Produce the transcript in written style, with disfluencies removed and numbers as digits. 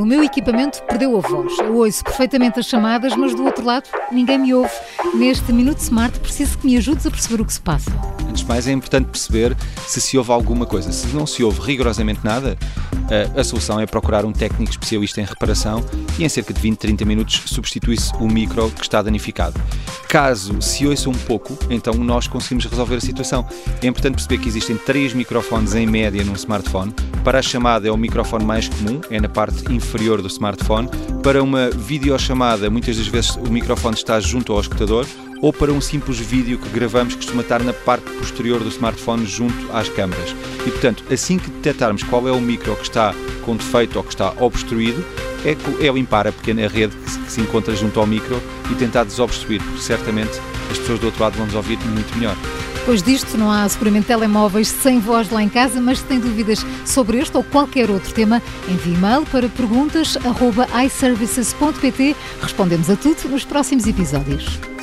O meu equipamento perdeu a voz. Eu ouço perfeitamente as chamadas, mas do outro lado ninguém me ouve. Neste Minuto Smart preciso que me ajudes a perceber o que se passa. Antes de mais, é importante perceber se ouve alguma coisa. Se não se ouve rigorosamente nada, a solução é procurar um técnico especialista em reparação e em cerca de 20, 30 minutos substitui-se o micro que está danificado. Caso se ouça um pouco, então nós conseguimos resolver a situação. É importante perceber que existem 3 microfones em média num smartphone. Para a chamada é o microfone mais comum, é na parte inferior do smartphone. Para uma videochamada, muitas das vezes o microfone está junto ao escutador, ou para um simples vídeo que gravamos costuma estar na parte posterior do smartphone junto às câmaras. E, portanto, assim que detectarmos qual é o micro que está com defeito ou que está obstruído, é limpar a pequena rede que se encontra junto ao micro e tentar desobstruir, porque certamente as pessoas do outro lado vão nos ouvir muito melhor. Depois disto, não há seguramente telemóveis sem voz lá em casa, mas se tem dúvidas sobre este ou qualquer outro tema, envie e-mail para perguntas@iservices.pt. Respondemos a tudo nos próximos episódios.